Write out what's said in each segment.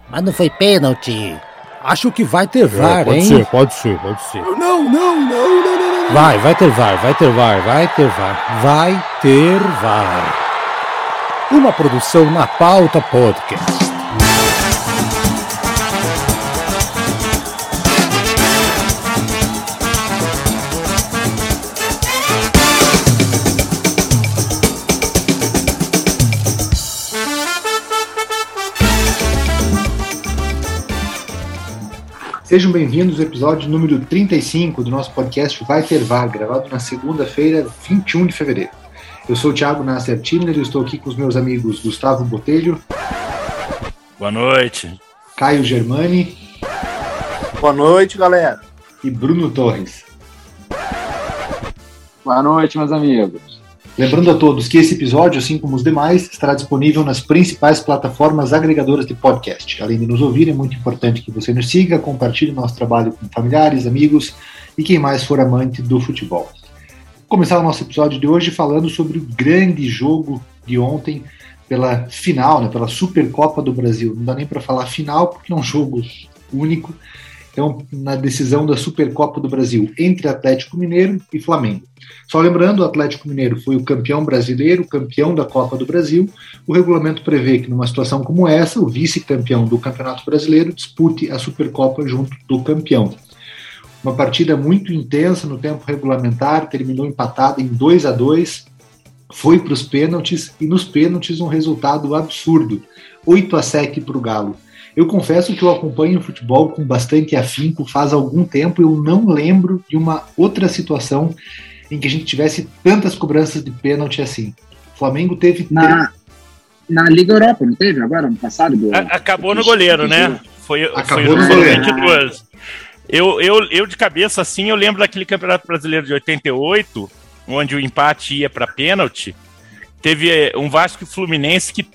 Mas não foi pênalti. Acho que vai ter VAR, pode hein? Pode ser. Não. Vai ter VAR. Vai ter VAR. Uma produção Na Pauta Podcast. Sejam bem-vindos ao episódio número 35 do nosso podcast Vai Ter VAR, gravado na segunda-feira, 21 de fevereiro. Eu sou o Thiago Nasser Timner e estou aqui com os meus amigos Gustavo Botelho. Boa noite. Caio Germani. Boa noite, galera. E Bruno Torres. Boa noite, meus amigos. Lembrando a todos que esse episódio, assim como os demais, estará disponível nas principais plataformas agregadoras de podcast. Além de nos ouvir, é muito importante que você nos siga, compartilhe nosso trabalho com familiares, amigos e quem mais for amante do futebol. Vou começar o nosso episódio de hoje falando sobre o grande jogo de ontem pela final, pela Supercopa do Brasil. Não dá nem para falar final porque é um jogo único. Então, na decisão da Supercopa do Brasil entre Atlético Mineiro e Flamengo. Só lembrando, o Atlético Mineiro foi o campeão brasileiro, campeão da Copa do Brasil. O regulamento prevê que, numa situação como essa, o vice-campeão do Campeonato Brasileiro dispute a Supercopa junto do campeão. Uma partida muito intensa no tempo regulamentar, terminou empatada em 2-2, foi para os pênaltis, e nos pênaltis um resultado absurdo, 8-7 para o Galo. Eu confesso que eu acompanho o futebol com bastante afinco faz algum tempo. Eu não lembro de uma outra situação em que a gente tivesse tantas cobranças de pênalti assim. O Flamengo teve... Na Liga Europa, não teve agora, ano passado? Acabou no goleiro, né? Acabou no goleiro. 22. Eu de cabeça, assim, eu lembro daquele Campeonato Brasileiro de 88, onde o empate ia para pênalti. Teve um Vasco e Fluminense que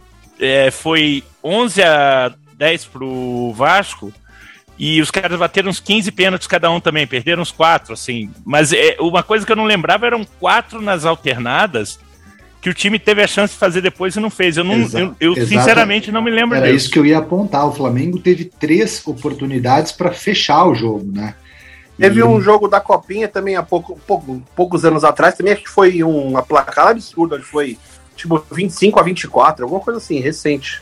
foi 11-10 pro Vasco, e os caras bateram uns 15 pênaltis cada um também, perderam uns 4, assim, mas uma coisa que eu não lembrava, eram 4 nas alternadas, que o time teve a chance de fazer depois e não fez. Eu sinceramente não me lembro disso. Era isso que eu ia apontar, o Flamengo teve 3 oportunidades para fechar o jogo, né? Teve um jogo da Copinha também há poucos anos atrás, também acho que foi uma placar absurda, acho que foi tipo 25-24, alguma coisa assim, recente.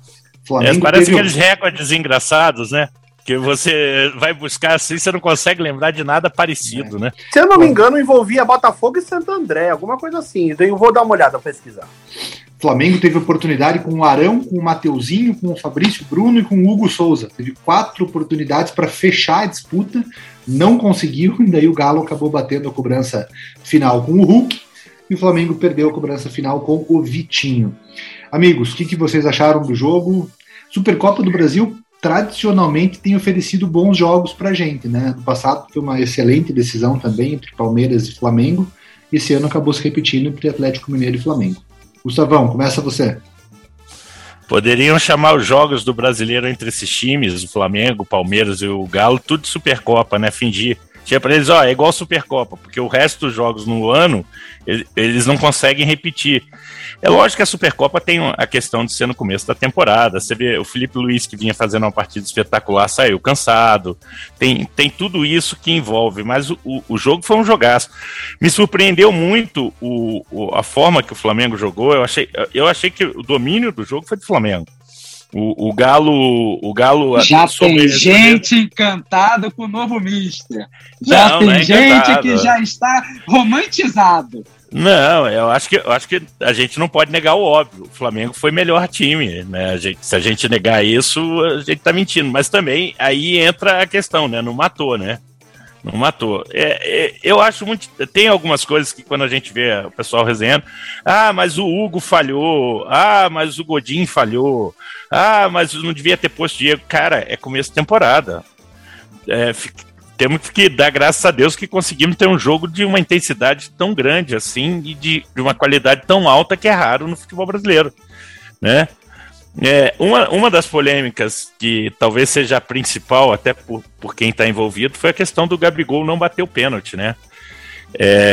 Parece aqueles recordes engraçados, né? Que você vai buscar assim, você não consegue lembrar de nada parecido, né? Se eu não me engano, envolvia Botafogo e Santo André, alguma coisa assim. Eu vou dar uma olhada, pesquisar. O Flamengo teve oportunidade com o Arão, com o Mateuzinho, com o Fabrício Bruno e com o Hugo Souza. Teve 4 oportunidades para fechar a disputa, não conseguiu, e daí o Galo acabou batendo a cobrança final com o Hulk, e o Flamengo perdeu a cobrança final com o Vitinho. Amigos, o que vocês acharam do jogo? Supercopa do Brasil tradicionalmente tem oferecido bons jogos pra gente, né? No passado foi uma excelente decisão também entre Palmeiras e Flamengo. Esse ano acabou se repetindo entre Atlético Mineiro e Flamengo. Gustavão, começa você. Poderiam chamar os jogos do brasileiro entre esses times, o Flamengo, o Palmeiras e o Galo, tudo de Supercopa, né? Fingir. Tinha pra eles, é igual Supercopa, porque o resto dos jogos no ano, eles não conseguem repetir. É lógico que a Supercopa tem a questão de ser no começo da temporada. Você vê o Felipe Luiz, que vinha fazendo uma partida espetacular, saiu cansado. Tem tudo isso que envolve, mas o jogo foi um jogaço. Me surpreendeu muito a forma que o Flamengo jogou. Eu achei que o domínio do jogo foi do Flamengo. O Galo já tem gente encantado com o novo Mister. Já tem gente que já está romantizado. Não, eu acho que a gente não pode negar o óbvio. O Flamengo foi melhor time, né? Se a gente negar isso, a gente tá mentindo. Mas também aí entra a questão, né? Não matou, né? Não matou. Eu acho muito... Tem algumas coisas que quando a gente vê o pessoal resenhando, mas o Hugo falhou, mas o Godin falhou, mas não devia ter posto Diego. Cara, é começo de temporada. Temos que dar graças a Deus que conseguimos ter um jogo de uma intensidade tão grande assim e de uma qualidade tão alta que é raro no futebol brasileiro, né? Uma das polêmicas que talvez seja a principal, até por quem está envolvido, foi a questão do Gabigol não bater o pênalti, né?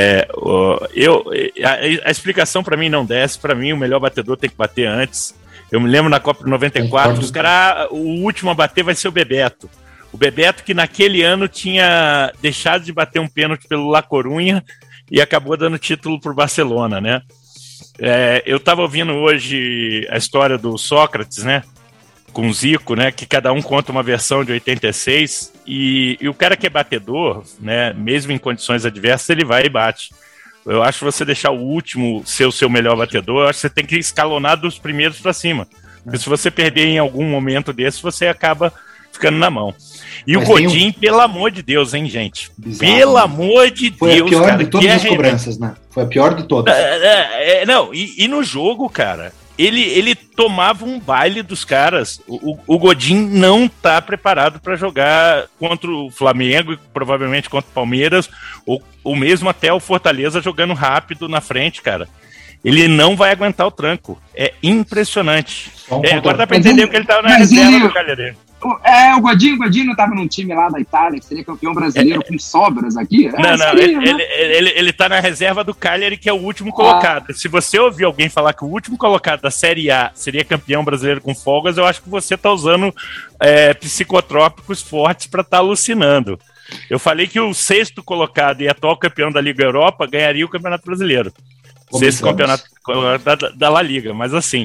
A explicação para mim não desce. Para mim o melhor batedor tem que bater antes. Eu me lembro na Copa de 94, os caras, o último a bater vai ser o Bebeto. O Bebeto que naquele ano tinha deixado de bater um pênalti pelo La Coruña e acabou dando título pro Barcelona, né? Eu estava ouvindo hoje a história do Sócrates, né? Com o Zico, né? Que cada um conta uma versão de 86 e o cara que é batedor, né? Mesmo em condições adversas, ele vai e bate. Eu acho que você deixar o último ser o seu melhor batedor, eu acho que você tem que escalonar dos primeiros para cima. Porque se você perder em algum momento desse, você acaba ficando na mão. E mas o Godin, pelo amor de Deus, hein, gente? Bizarro, pelo amor de foi Deus, a pior cara, de todas as cobranças, né? Foi a pior de todas. Não, e no jogo, cara, ele tomava um baile dos caras. O Godin não tá preparado para jogar contra o Flamengo, provavelmente contra o Palmeiras, ou mesmo até o Fortaleza jogando rápido na frente, cara. Ele não vai aguentar o tranco. É impressionante. Agora dá pra entender que ele tava na reserva do Cagliari. O Godinho não tava num time lá da Itália, que seria campeão brasileiro com sobras aqui? Ele tá na reserva do Cagliari, que é o último colocado. Se você ouvir alguém falar que o último colocado da Série A seria campeão brasileiro com folgas, eu acho que você tá usando psicotrópicos fortes pra estar alucinando. Eu falei que o sexto colocado e atual campeão da Liga Europa ganharia o Campeonato Brasileiro. Sexto campeonato da La Liga, mas assim...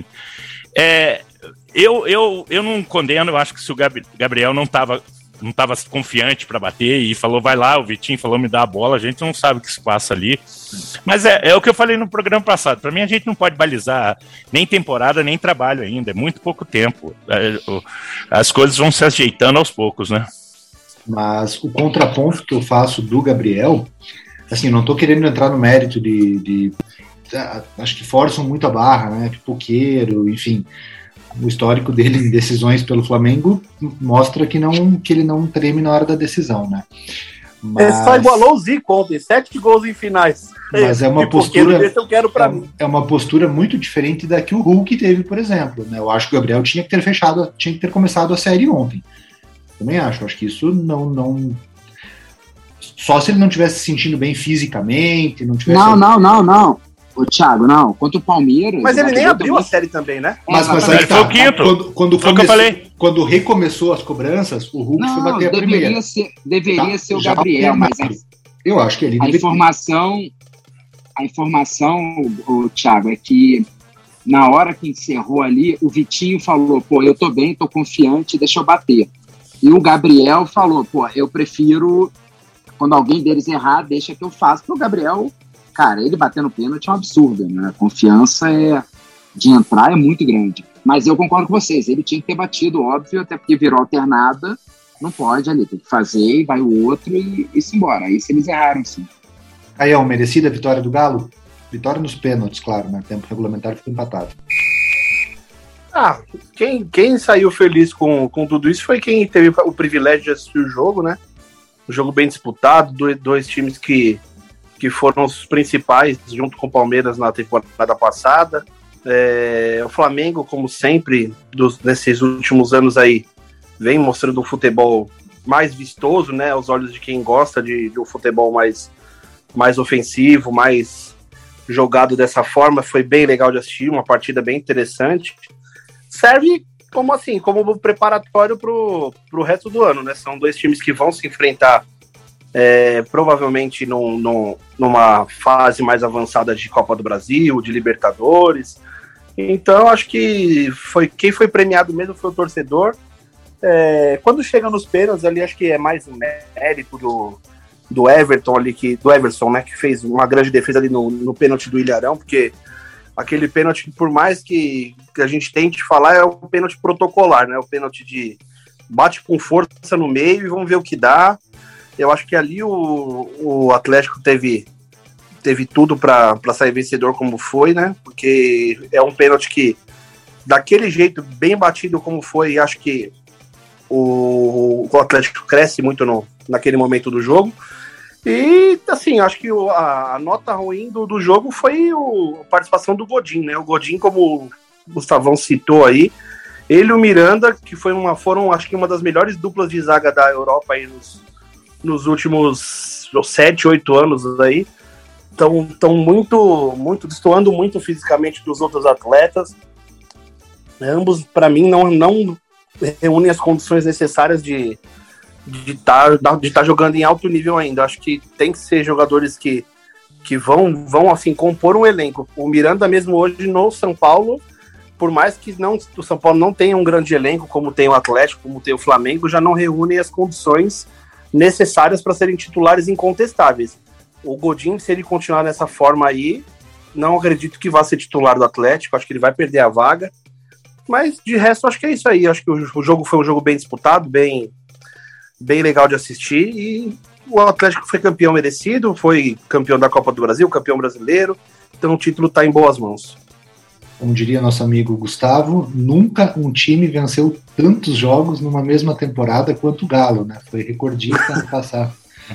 Eu não condeno, eu acho que se o Gabriel não estava confiante para bater e falou, vai lá, o Vitinho falou, me dá a bola, a gente não sabe o que se passa ali. Mas é o que eu falei no programa passado, para mim a gente não pode balizar nem temporada, nem trabalho ainda, é muito pouco tempo. As coisas vão se ajeitando aos poucos, né? Mas o contraponto que eu faço do Gabriel, assim, não estou querendo entrar no mérito acho que forçam muito a barra, né? Pipoqueiro, enfim. O histórico dele em decisões pelo Flamengo mostra que ele não treme na hora da decisão, né? Mas... Ele só igualou o Zico ontem, 7 gols em finais. Mas é uma postura. Eu quero pra mim. É uma postura muito diferente da que o Hulk teve, por exemplo. Né? Eu acho que o Gabriel tinha que ter começado a série ontem. Também acho que isso não. Só se ele não estivesse se sentindo bem fisicamente, não tivesse. Não. Ô, Thiago, não. Contra o Palmeiras... Mas ele nem abriu a série também, né? Mas aí foi o quinto. Quando recomeçou as cobranças, o Hulk foi bater a primeira. Deveria ser o Gabriel, mas... Eu acho que ele A informação, Thiago, é que na hora que encerrou ali, o Vitinho falou, eu tô bem, tô confiante, deixa eu bater. E o Gabriel falou, eu prefiro, quando alguém deles errar, deixa que eu faço, porque o Gabriel... Cara, ele bater no pênalti é um absurdo, né? A confiança de entrar é muito grande. Mas eu concordo com vocês, ele tinha que ter batido, óbvio, até porque virou alternada, não pode ali, tem que fazer, e vai o outro e se embora. Aí se eles erraram, sim. Aí, merecida a vitória do Galo? Vitória nos pênaltis, claro, né? Tempo regulamentar ficou empatado. Quem saiu feliz com tudo isso foi quem teve o privilégio de assistir o jogo, né? Um jogo bem disputado, dois times que foram os principais, junto com o Palmeiras na temporada passada. O Flamengo, como sempre, nesses últimos anos aí, vem mostrando um futebol mais vistoso, né, aos olhos de quem gosta de um futebol mais ofensivo, mais jogado dessa forma. Foi bem legal de assistir, uma partida bem interessante. Serve como preparatório pro resto do ano, né? São dois times que vão se enfrentar provavelmente numa fase mais avançada de Copa do Brasil, de Libertadores. Então, acho que quem foi premiado mesmo foi o torcedor. Quando chega nos pênaltis ali, acho que é mais um mérito do Everton ali, do Everson, né, que fez uma grande defesa ali no pênalti do Ilharão, porque aquele pênalti, por mais que a gente tente falar, é um pênalti protocolar, né, o pênalti de bate com força no meio e vamos ver o que dá. Eu acho que ali o Atlético teve tudo para sair vencedor como foi, né? Porque é um pênalti que, daquele jeito, bem batido como foi, acho que o Atlético cresce muito naquele momento do jogo. E, assim, acho que a nota ruim do jogo foi a participação do Godin, né? O Godin, como o Gustavão citou aí, ele e o Miranda, que foram, acho que, uma das melhores duplas de zaga da Europa aí nos últimos 7, 8 anos aí, estão destoando muito fisicamente dos outros atletas. Ambos, para mim, não reúnem as condições necessárias de estar jogando em alto nível ainda. Acho que tem que ser jogadores que vão assim, compor um elenco. O Miranda mesmo hoje no São Paulo, por mais que o São Paulo não tenha um grande elenco, como tem o Atlético, como tem o Flamengo, já não reúne as condições necessárias para serem titulares incontestáveis. O Godin, se ele continuar dessa forma aí, não acredito que vá ser titular do Atlético, acho que ele vai perder a vaga. Mas, de resto, acho que é isso aí. Acho que o jogo foi um jogo bem disputado, bem legal de assistir. E o Atlético foi campeão merecido, foi campeão da Copa do Brasil, campeão brasileiro. Então o título está em boas mãos. Como diria nosso amigo Gustavo, nunca um time venceu tantos jogos numa mesma temporada quanto o Galo, né? Foi recordista ano passado.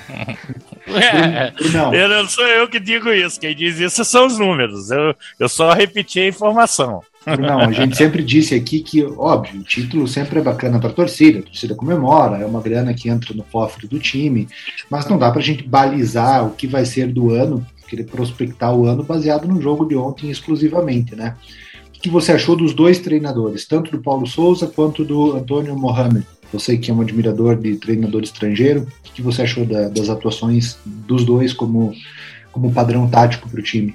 Não sou eu que digo isso, quem diz isso são os números, eu só repeti a informação. Não, a gente sempre disse aqui que, óbvio, o título sempre é bacana para a torcida comemora, é uma grana que entra no cofre do time, mas não dá para a gente balizar o que vai ser do ano, querer prospectar o ano baseado no jogo de ontem exclusivamente, né? O que você achou dos dois treinadores, tanto do Paulo Souza quanto do Antônio Mohamed? Você que é um admirador de treinador estrangeiro, o que você achou das atuações dos dois como padrão tático para o time?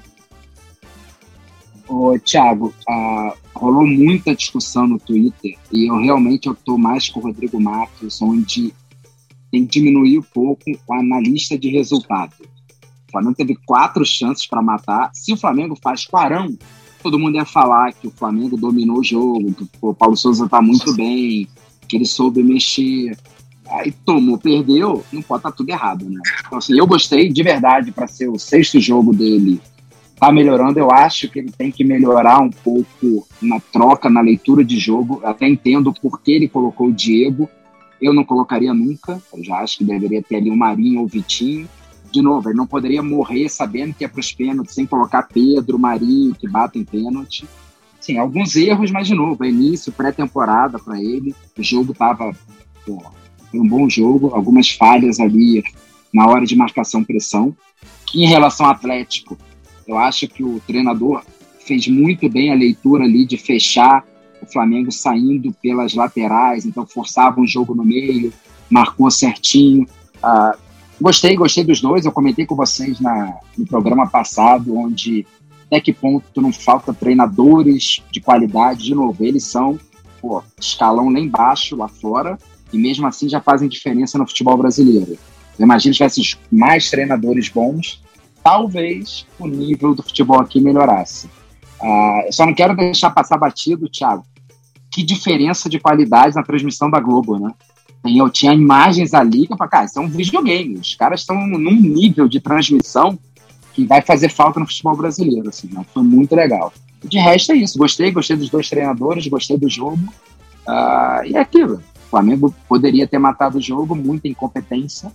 Thiago, rolou muita discussão no Twitter e eu estou mais com o Rodrigo Matos, onde tem que diminuir um pouco a analista de resultado. O Flamengo teve 4 chances para matar. Se o Flamengo faz 4, todo mundo ia falar que o Flamengo dominou o jogo, que o Paulo Souza está muito bem, que ele soube mexer. Aí tomou, perdeu, não pode estar tudo errado, né? Então, assim, eu gostei de verdade para ser o 6º jogo dele. Tá melhorando, eu acho que ele tem que melhorar um pouco na troca, na leitura de jogo. Eu até entendo por que ele colocou o Diego. Eu não colocaria nunca. Eu já acho que deveria ter ali o Marinho ou o Vitinho. De novo, ele não poderia morrer sabendo que é para os pênaltis, sem colocar Pedro, Marinho, que batem pênalti. Sim, alguns erros, mas de novo, início, pré-temporada para ele. O jogo foi um bom jogo. Algumas falhas ali na hora de marcação-pressão. Em relação ao Atlético, eu acho que o treinador fez muito bem a leitura ali de fechar o Flamengo saindo pelas laterais, então forçava um jogo no meio, marcou certinho. Gostei dos dois, eu comentei com vocês no programa passado, onde até que ponto não falta treinadores de qualidade. De novo, eles são escalão lá embaixo, lá fora, e mesmo assim já fazem diferença no futebol brasileiro. Eu imagino que tivesse mais treinadores bons, talvez o nível do futebol aqui melhorasse. Eu só não quero deixar passar batido, Thiago, que diferença de qualidade na transmissão da Globo, né? Eu tinha imagens ali que eu falei, cara, são videogames. Os caras estão num nível de transmissão que vai fazer falta no futebol brasileiro, assim, né? Foi muito legal. De resto é isso, gostei dos dois treinadores, gostei do jogo. E é aquilo, o Flamengo poderia ter matado o jogo, muita incompetência.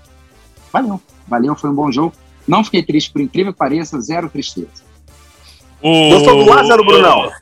Valeu, foi um bom jogo. Não fiquei triste, por incrível que pareça, 0 tristeza. Gostou do Lázaro, Brunão?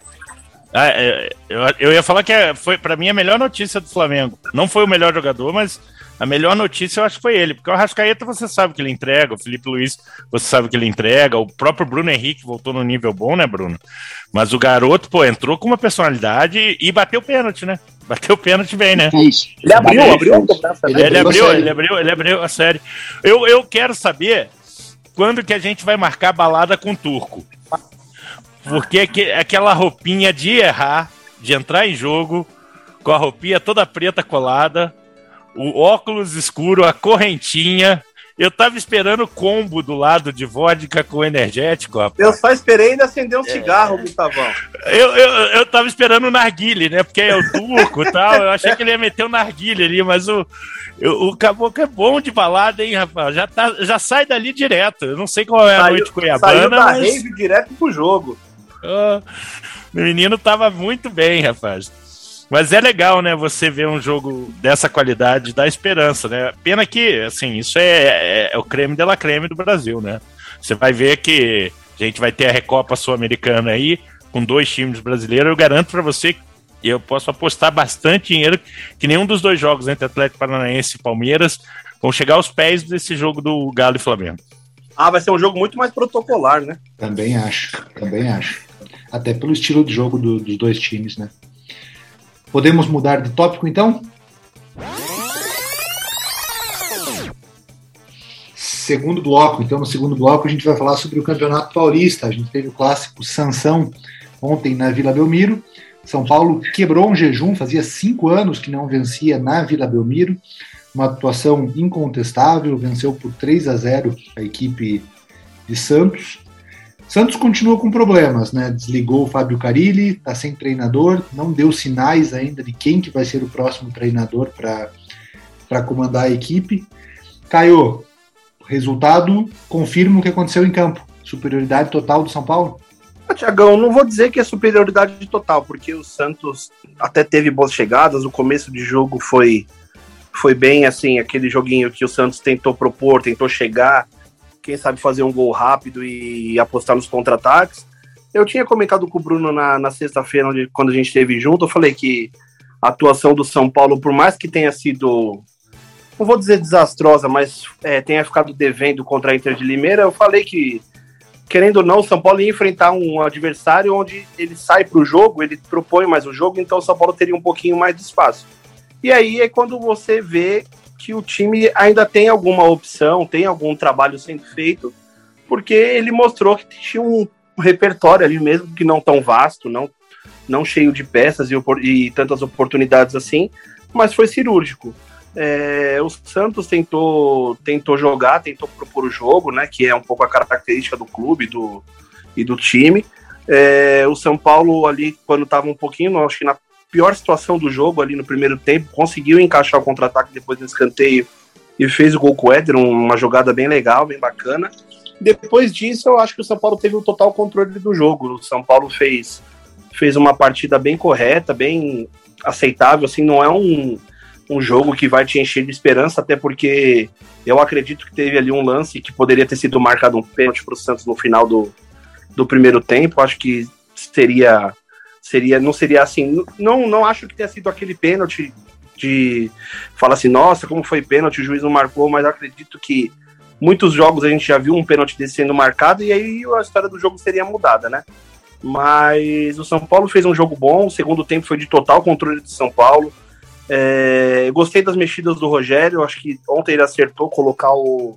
Eu ia falar que foi, pra mim, a melhor notícia do Flamengo. Não foi o melhor jogador, mas a melhor notícia eu acho que foi ele. Porque o Arrascaeta você sabe que ele entrega, o Felipe Luiz você sabe que ele entrega, o próprio Bruno Henrique voltou no nível bom, né, Bruno? Mas o garoto, entrou com uma personalidade e bateu pênalti, né? Bateu pênalti bem, né? Ele abriu a cobrança. Ele abriu a série. Eu quero saber quando que a gente vai marcar balada com o Turco. Porque aquela roupinha de errar, de entrar em jogo, com a roupinha toda preta colada, o óculos escuro, a correntinha. Eu tava esperando o combo do lado de vodka com energético, rapaz. Eu só esperei ele acender um cigarro, Gustavão. Eu tava esperando o narguile, né? Porque é o Turco e tal. Eu achei que ele ia meter o narguile ali, mas o caboclo é bom de balada, hein, rapaz? Já sai dali direto. Eu não sei qual é a noite cuiabana, saiu da rave direto pro jogo. O menino tava muito bem, rapaz. Mas é legal, né, você ver um jogo dessa qualidade, dá esperança, né? Pena que, assim, isso é o creme de la creme do Brasil, né? Você vai ver que a gente vai ter a Recopa Sul-Americana aí, com 2 times brasileiros. Eu garanto pra você, e eu posso apostar bastante dinheiro, que nenhum dos 2 jogos entre Atlético Paranaense e Palmeiras vão chegar aos pés desse jogo do Galo e Flamengo. Vai ser um jogo muito mais protocolar, né? Também acho. até pelo estilo de jogo dos dois times, né? Podemos mudar de tópico, então? Segundo bloco. Então, no segundo bloco, a gente vai falar sobre o Campeonato Paulista. A gente teve o clássico Sansão ontem na Vila Belmiro. São Paulo quebrou um jejum, fazia 5 anos que não vencia na Vila Belmiro. Uma atuação incontestável, venceu por 3-0 a equipe de Santos. Santos continua com problemas, né? Desligou o Fábio Carilli, está sem treinador, não deu sinais ainda de quem que vai ser o próximo treinador para comandar a equipe. Caio, o resultado confirma o que aconteceu em campo. Superioridade total do São Paulo? Tiagão, não vou dizer que é superioridade total, porque o Santos até teve boas chegadas, o começo de jogo foi bem assim, aquele joguinho que o Santos tentou propor, tentou chegar, quem sabe fazer um gol rápido e apostar nos contra-ataques. Eu tinha comentado com o Bruno na sexta-feira, quando a gente esteve junto, eu falei que a atuação do São Paulo, por mais que tenha sido, não vou dizer desastrosa, mas tenha ficado devendo contra a Inter de Limeira, eu falei que, querendo ou não, o São Paulo ia enfrentar um adversário onde ele sai para o jogo, ele propõe mais o jogo, então o São Paulo teria um pouquinho mais de espaço. E aí é quando você vê que o time ainda tem alguma opção, tem algum trabalho sendo feito, porque ele mostrou que tinha um repertório ali mesmo, que não tão vasto, não cheio de peças e tantas oportunidades assim, mas foi cirúrgico. O Santos tentou jogar, tentou propor o jogo, né, que é um pouco a característica do clube e do time. O São Paulo ali, quando estava um pouquinho, acho que na pior situação do jogo ali no primeiro tempo, conseguiu encaixar o contra-ataque depois do escanteio e fez o gol com o Éder, uma jogada bem legal, bem bacana. Depois disso, eu acho que o São Paulo teve o total controle do jogo. O São Paulo fez uma partida bem correta, bem aceitável, assim, não é um jogo que vai te encher de esperança, até porque eu acredito que teve ali um lance que poderia ter sido marcado um pênalti para o Santos no final do primeiro tempo. Acho que não seria assim, não acho que tenha sido aquele pênalti de falar assim, nossa, como foi pênalti, o juiz não marcou, mas acredito que muitos jogos a gente já viu um pênalti desse sendo marcado e aí a história do jogo seria mudada, né? Mas o São Paulo fez um jogo bom, o segundo tempo foi de total controle do São Paulo. Eu gostei das mexidas do Rogério, acho que ontem ele acertou colocar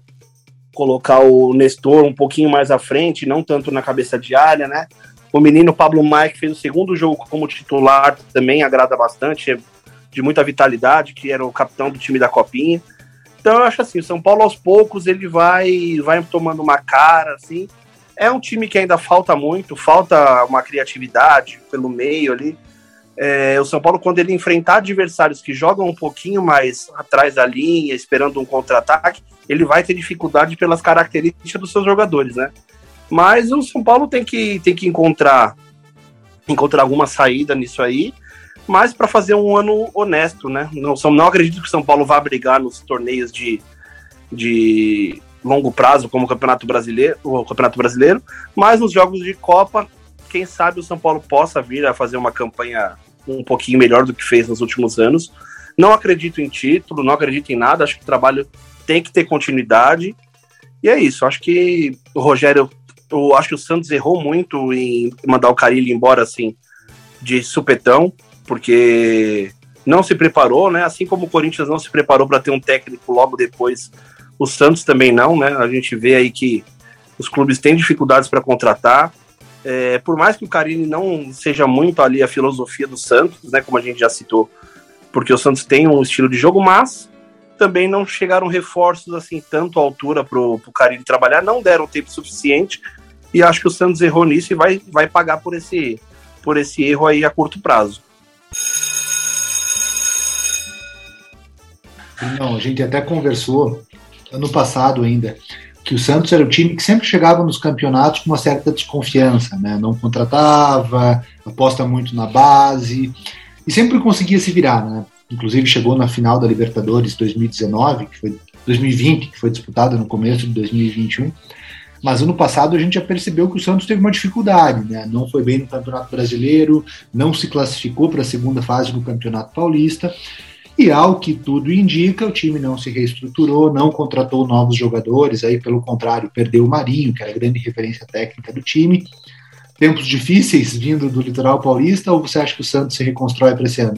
o Nestor um pouquinho mais à frente, não tanto na cabeça de área, né? O menino Pablo Maia, que fez o segundo jogo como titular, também agrada bastante, de muita vitalidade, que era o capitão do time da Copinha. Então eu acho assim, o São Paulo aos poucos ele vai tomando uma cara, assim. É um time que ainda falta muito, falta uma criatividade pelo meio ali. O São Paulo, quando ele enfrentar adversários que jogam um pouquinho mais atrás da linha, esperando um contra-ataque, ele vai ter dificuldade pelas características dos seus jogadores, né? Mas o São Paulo tem que encontrar alguma saída nisso aí, mas para fazer um ano honesto, né? Não acredito que o São Paulo vá brigar nos torneios de longo prazo, como o Campeonato Brasileiro, mas nos jogos de Copa, quem sabe o São Paulo possa vir a fazer uma campanha um pouquinho melhor do que fez nos últimos anos. Não acredito em título, não acredito em nada, acho que o trabalho tem que ter continuidade, e é isso. Acho que o Rogério, eu acho que o Santos errou muito em mandar o Carilli embora assim, de supetão, porque não se preparou, né? Assim como o Corinthians não se preparou para ter um técnico logo depois, o Santos também não, né? A gente vê aí que os clubes têm dificuldades para contratar. Por mais que o Carilli não seja muito ali a filosofia do Santos, né? Como a gente já citou, porque o Santos tem um estilo de jogo, mas também não chegaram reforços assim tanto à altura pro Carilli trabalhar, não deram tempo suficiente. E acho que o Santos errou nisso e vai pagar por esse erro aí a curto prazo. Não, a gente até conversou ano passado ainda, que o Santos era o time que sempre chegava nos campeonatos com uma certa desconfiança, né? Não contratava, aposta muito na base, e sempre conseguia se virar, né? Inclusive chegou na final da Libertadores 2019, 2020, que foi disputada no começo de 2021, mas ano passado a gente já percebeu que o Santos teve uma dificuldade, né? Não foi bem no Campeonato Brasileiro, não se classificou para a segunda fase do Campeonato Paulista, e ao que tudo indica, o time não se reestruturou, não contratou novos jogadores, aí pelo contrário, perdeu o Marinho, que era a grande referência técnica do time, tempos difíceis vindo do litoral paulista, ou você acha que o Santos se reconstrói para esse ano?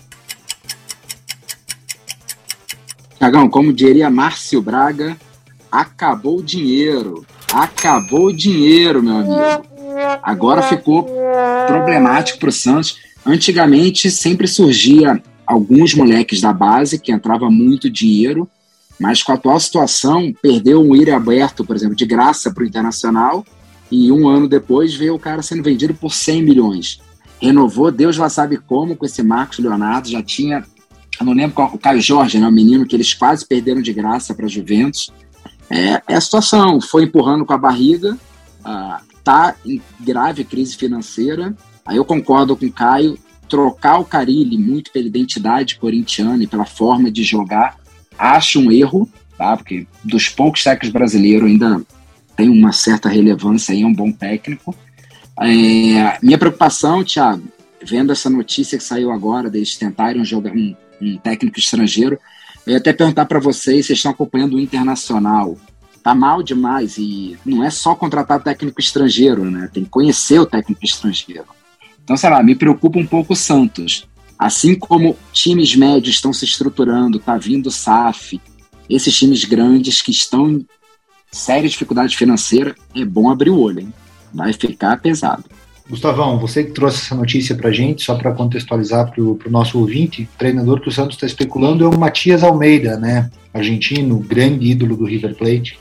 Tiagão, como diria Márcio Braga, acabou o dinheiro. Acabou o dinheiro, meu amigo. Agora ficou problemático para o Santos. Antigamente sempre surgia alguns moleques da base que entrava muito dinheiro, mas com a atual situação perdeu um Yuri Alberto, por exemplo, de graça para o Internacional, e um ano depois veio o cara sendo vendido por 100 milhões. Renovou, Deus lá sabe como, com esse Marcos Leonardo, já tinha, eu não lembro qual, o Caio Jorge, né, o menino que eles quase perderam de graça para a Juventus. É a situação, foi empurrando com a barriga, tá em grave crise financeira. Aí eu concordo com o Caio, trocar o Carille muito pela identidade corintiana e pela forma de jogar, acho um erro, tá? Porque dos poucos técnicos brasileiros ainda tem uma certa relevância aí, é um bom técnico. Minha preocupação, Thiago, vendo essa notícia que saiu agora, deles tentarem jogar um técnico estrangeiro, eu ia até perguntar para vocês estão acompanhando o Internacional. Tá mal demais, e não é só contratar técnico estrangeiro, né? Tem que conhecer o técnico estrangeiro. Então, sei lá, me preocupa um pouco o Santos. Assim como times médios estão se estruturando, tá vindo o SAF, esses times grandes que estão em séria dificuldade financeira, é bom abrir o olho, hein? Vai ficar pesado. Gustavão, você que trouxe essa notícia pra gente, só para contextualizar pro nosso ouvinte, o treinador que o Santos está especulando é o Matias Almeida, né? Argentino, grande ídolo do River Plate.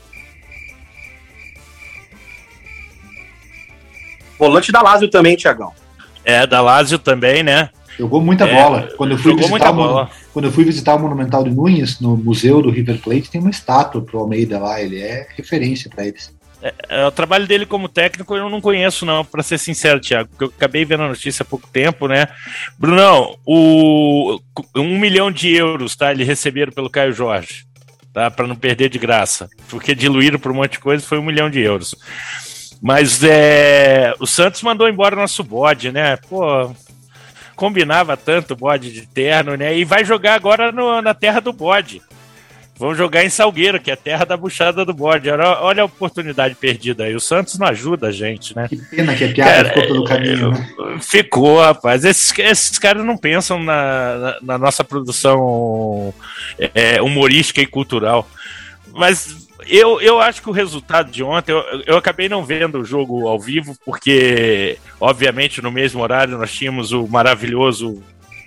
Volante da Lazio também, Thiagão. Da Lazio também, né? Jogou muita bola. Quando eu fui visitar o Monumental de Nunes, no museu do River Plate, tem uma estátua pro Almeida lá, ele é referência para eles. O trabalho dele como técnico eu não conheço, não, para ser sincero, Thiago, porque eu acabei vendo a notícia há pouco tempo, né? Brunão, 1 milhão de euros, tá? Eles receberam pelo Caio Jorge, tá? Para não perder de graça, porque diluíram por um monte de coisa, foi 1 milhão de euros. Mas o Santos mandou embora o nosso bode, né? Pô, combinava tanto o bode de terno, né? E vai jogar agora na terra do bode. Vamos jogar em Salgueiro, que é a terra da buchada do bode. Olha a oportunidade perdida aí. O Santos não ajuda a gente, né? Que pena que a piada ficou pelo caminho, né? Ficou, rapaz. Esses caras não pensam na nossa produção humorística e cultural. Mas eu acho que o resultado de ontem, eu acabei não vendo o jogo ao vivo, porque, obviamente, no mesmo horário nós tínhamos o maravilhoso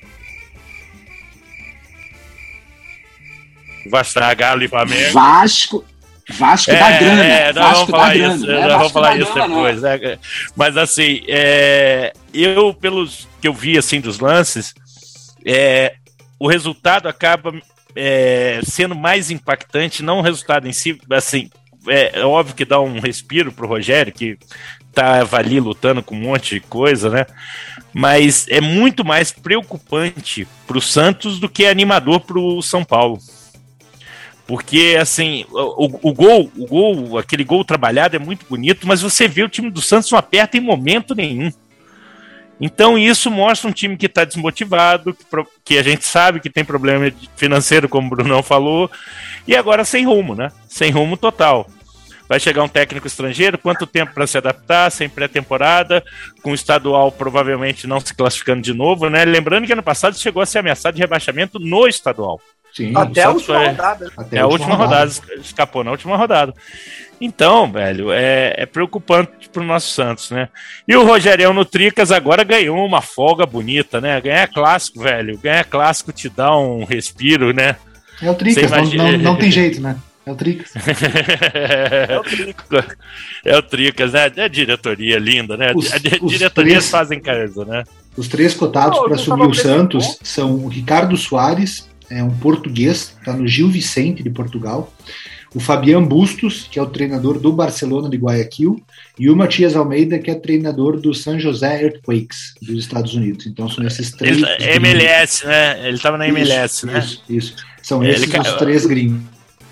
Vasco, Galo e Flamengo. Vasco da grana. Vamos falar isso, vamos falar isso depois. Né? Mas assim, eu, pelos que eu vi assim, dos lances, o resultado acaba sendo mais impactante, não o resultado em si, assim, é óbvio que dá um respiro pro Rogério, que tava ali lutando com um monte de coisa, né? Mas é muito mais preocupante pro Santos do que animador pro São Paulo. Porque, assim, o gol, aquele gol trabalhado é muito bonito, mas você vê o time do Santos não aperta em momento nenhum. Então isso mostra um time que está desmotivado, que a gente sabe que tem problema financeiro, como o Brunão falou, e agora sem rumo, né? Sem rumo total. Vai chegar um técnico estrangeiro, quanto tempo para se adaptar, sem pré-temporada, com o estadual provavelmente não se classificando de novo, né? Lembrando que ano passado chegou a ser ameaçado de rebaixamento no estadual. Sim, até a última rodada. A última rodada, escapou na última rodada. Então, velho, é preocupante pro nosso Santos, né? E o Rogerião no Tricas agora ganhou uma folga bonita, né? Ganhar clássico, velho. Ganhar clássico te dá um respiro, né? É o Tricas, não tem jeito, né? É o Tricas. É o Tricas, né? É a diretoria linda, né? As diretorias fazem casa, né? Os 3 cotados para subir o Santos são o Ricardo Soares, um português, está no Gil Vicente de Portugal, o Fabián Bustos, que é o treinador do Barcelona de Guayaquil, e o Matias Almeida, que é treinador do San José Earthquakes dos Estados Unidos. Então são esses 3 MLS, né? Ele estava na MLS, né? Isso. São esses os 3 gringos.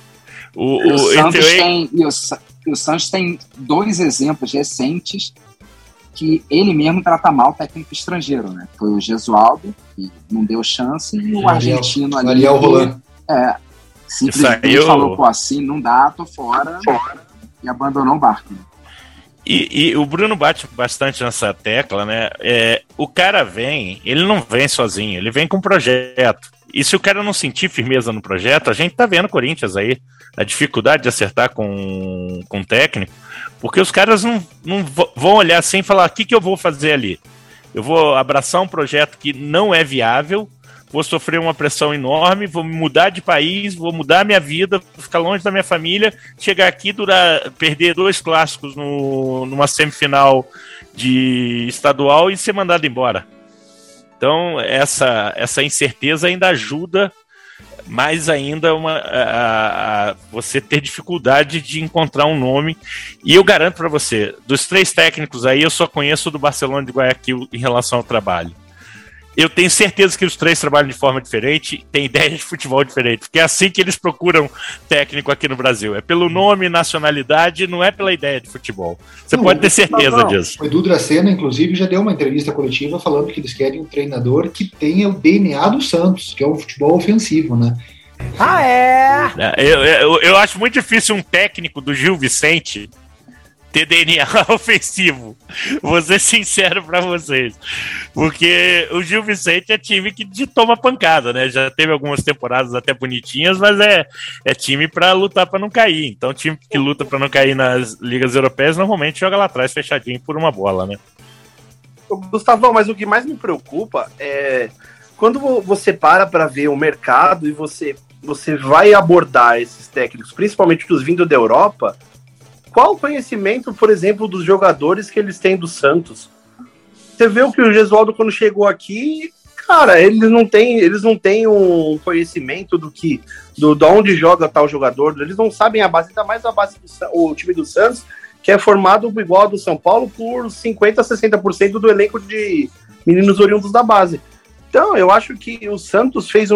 O Santos tem 2 exemplos recentes que ele mesmo trata mal o técnico estrangeiro, né? Foi o Gesualdo, que não deu chance, e o argentino ali. Ariel Roland. Simplesmente falou, assim, não dá, tô fora, e abandonou o barco. Né? E o Bruno bate bastante nessa tecla, né? O cara vem, ele não vem sozinho, ele vem com um projeto. E se o cara não sentir firmeza no projeto, a gente tá vendo o Corinthians aí, a dificuldade de acertar com o técnico, porque os caras não vão olhar assim e falar, o que eu vou fazer ali? Eu vou abraçar um projeto que não é viável, vou sofrer uma pressão enorme, vou me mudar de país, vou mudar minha vida, vou ficar longe da minha família, chegar aqui, perder 2 clássicos numa semifinal de estadual e ser mandado embora. Então, essa incerteza ainda ajuda mais ainda a você ter dificuldade de encontrar um nome. E eu garanto para você, dos 3 técnicos aí, eu só conheço o do Barcelona de Guayaquil em relação ao trabalho. Eu tenho certeza que os 3 trabalham de forma diferente, têm ideias de futebol diferente, porque é assim que eles procuram técnico aqui no Brasil. É pelo nome, nacionalidade, não é pela ideia de futebol. Você pode ter certeza disso. O Edu Dracena, inclusive, já deu uma entrevista coletiva falando que eles querem um treinador que tenha o DNA do Santos, que é um futebol ofensivo, né? Ah, é? Eu acho muito difícil um técnico do Gil Vicente ter DNA ofensivo. Vou ser sincero pra vocês. Porque o Gil Vicente é time que toma pancada, né? Já teve algumas temporadas até bonitinhas, mas é time pra lutar pra não cair. Então, time que luta pra não cair nas ligas europeias normalmente joga lá atrás fechadinho por uma bola, né? Gustavão, mas o que mais me preocupa é quando você para ver o mercado e você vai abordar esses técnicos, principalmente os vindo da Europa. Qual o conhecimento, por exemplo, dos jogadores que eles têm do Santos? Você vê o que o Gesualdo, quando chegou aqui, cara, eles não têm um conhecimento de onde joga tal jogador, eles não sabem a base, ainda mais a base o time do Santos, que é formado igual ao do São Paulo por 50% a 60% do elenco de meninos oriundos da base. Então, eu acho que o Santos fez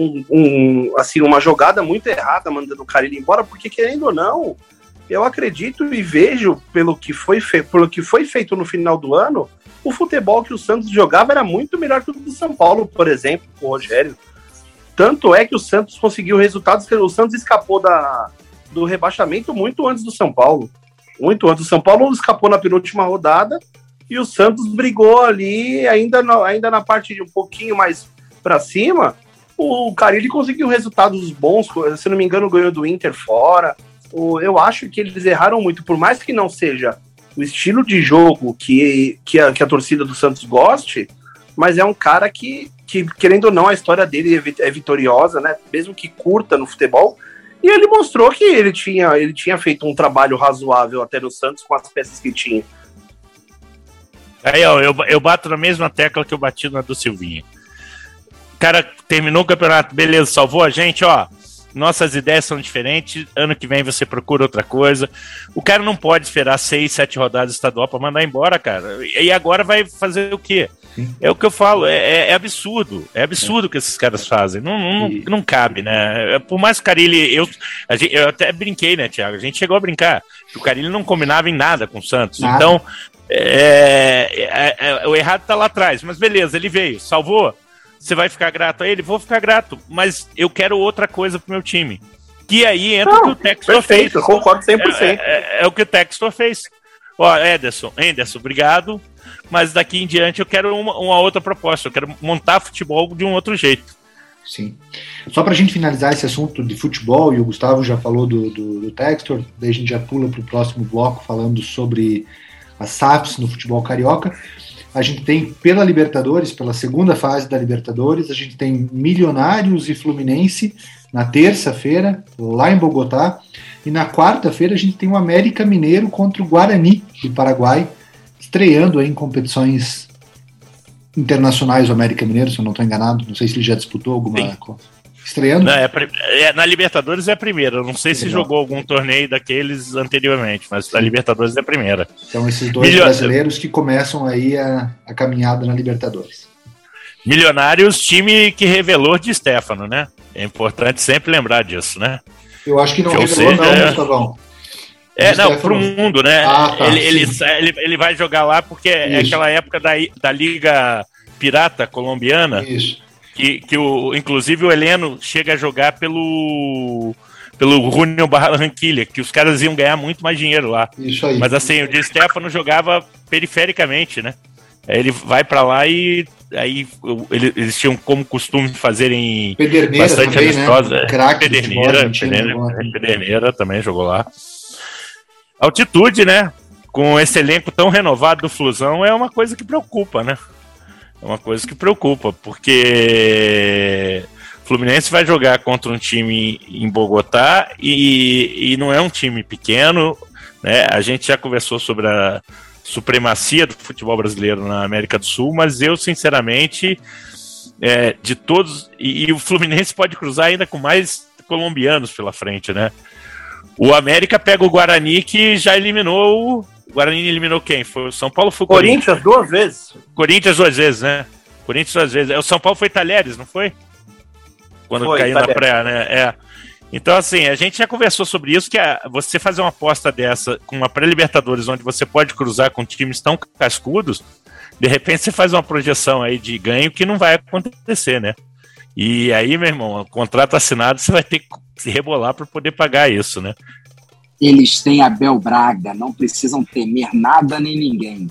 uma jogada muito errada mandando o Carille embora, porque, querendo ou não, eu acredito e vejo, pelo que foi feito no final do ano, o futebol que o Santos jogava era muito melhor que o do São Paulo, por exemplo, com o Rogério. Tanto é que o Santos conseguiu resultados, que o Santos escapou do rebaixamento muito antes do São Paulo. Muito antes. O São Paulo escapou na penúltima rodada e o Santos brigou ali, ainda na parte de um pouquinho mais para cima. O Carille conseguiu resultados bons, se não me engano, ganhou do Inter fora. Eu acho que eles erraram muito, por mais que não seja o estilo de jogo que a torcida do Santos goste, mas é um cara que, querendo ou não, a história dele é vitoriosa, né? Mesmo que curta no futebol, e ele mostrou que ele tinha feito um trabalho razoável até no Santos com as peças que tinha. Aí, ó, eu bato na mesma tecla que eu bati na do Silvinho. O cara terminou o campeonato, beleza, salvou a gente, ó. Nossas ideias são diferentes, ano que vem você procura outra coisa. O cara não pode esperar 6, 7 rodadas estadual para mandar embora, cara. E agora vai fazer o quê? É o que eu falo, é absurdo. É absurdo o que esses caras fazem. Não cabe, né? Por mais que o Carille... Eu até brinquei, né, Thiago? A gente chegou a brincar. Que o Carille não combinava em nada com o Santos. Nada. Então, o errado tá lá atrás. Mas beleza, ele veio, salvou. Você vai ficar grato a ele? Vou ficar grato, mas eu quero outra coisa pro meu time. Que aí entra o que o Textor fez. Eu concordo 100%. É o que o Textor fez. Ó, Anderson, obrigado, mas daqui em diante eu quero uma outra proposta, eu quero montar futebol de um outro jeito. Sim. Só pra gente finalizar esse assunto de futebol, e o Gustavo já falou do Textor, daí a gente já pula pro próximo bloco falando sobre as SAFs no futebol carioca. A gente tem pela Libertadores, pela segunda fase da Libertadores, a gente tem Milionários e Fluminense na terça-feira, lá em Bogotá, e na quarta-feira a gente tem o América Mineiro contra o Guarani do Paraguai, estreando aí em competições internacionais o América Mineiro, se eu não estou enganado, não sei se ele já disputou alguma coisa. Estreando? Não, na Libertadores é a primeira. Eu não sei se jogou algum torneio daqueles anteriormente, mas a Libertadores é a primeira. Então esses dois brasileiros que começam aí a caminhada na Libertadores. Milionários, time que revelou de Stefano, né? É importante sempre lembrar disso, né? Eu acho que não revelou não, Gustavão. Não, pro mundo, né? Ele vai jogar lá porque é aquela época da Liga Pirata colombiana. Isso. Inclusive o Heleno chega a jogar pelo Junior Barranquilla, que os caras iam ganhar muito mais dinheiro lá. Isso aí. Mas assim, o Di Stefano jogava perifericamente, né? Ele vai pra lá e aí eles tinham como costume fazerem Pederneira bastante também, amistosa. né? Craque de futebol argentino, Pederneira também jogou lá. Altitude, né? Com esse elenco tão renovado do Flusão é uma coisa que preocupa, né? É uma coisa que preocupa, porque o Fluminense vai jogar contra um time em Bogotá e não é um time pequeno, né? A gente já conversou sobre a supremacia do futebol brasileiro na América do Sul, mas eu, sinceramente, de todos... E o Fluminense pode cruzar ainda com mais colombianos pela frente, né? O América pega o Guarani, que já eliminou... O Guarani eliminou quem? Foi o São Paulo ou foi o Corinthians 2 vezes? Corinthians 2 vezes, né? Corinthians 2 vezes. O São Paulo foi Talheres, não foi? Quando caiu Talheres na praia, né? Então, assim, a gente já conversou sobre isso, que você fazer uma aposta dessa com uma pré-Libertadores, onde você pode cruzar com times tão cascudos, de repente você faz uma projeção aí de ganho que não vai acontecer, né? E aí, meu irmão, o contrato assinado, você vai ter que se rebolar para poder pagar isso, né? Eles têm Abel Braga, não precisam temer nada nem ninguém.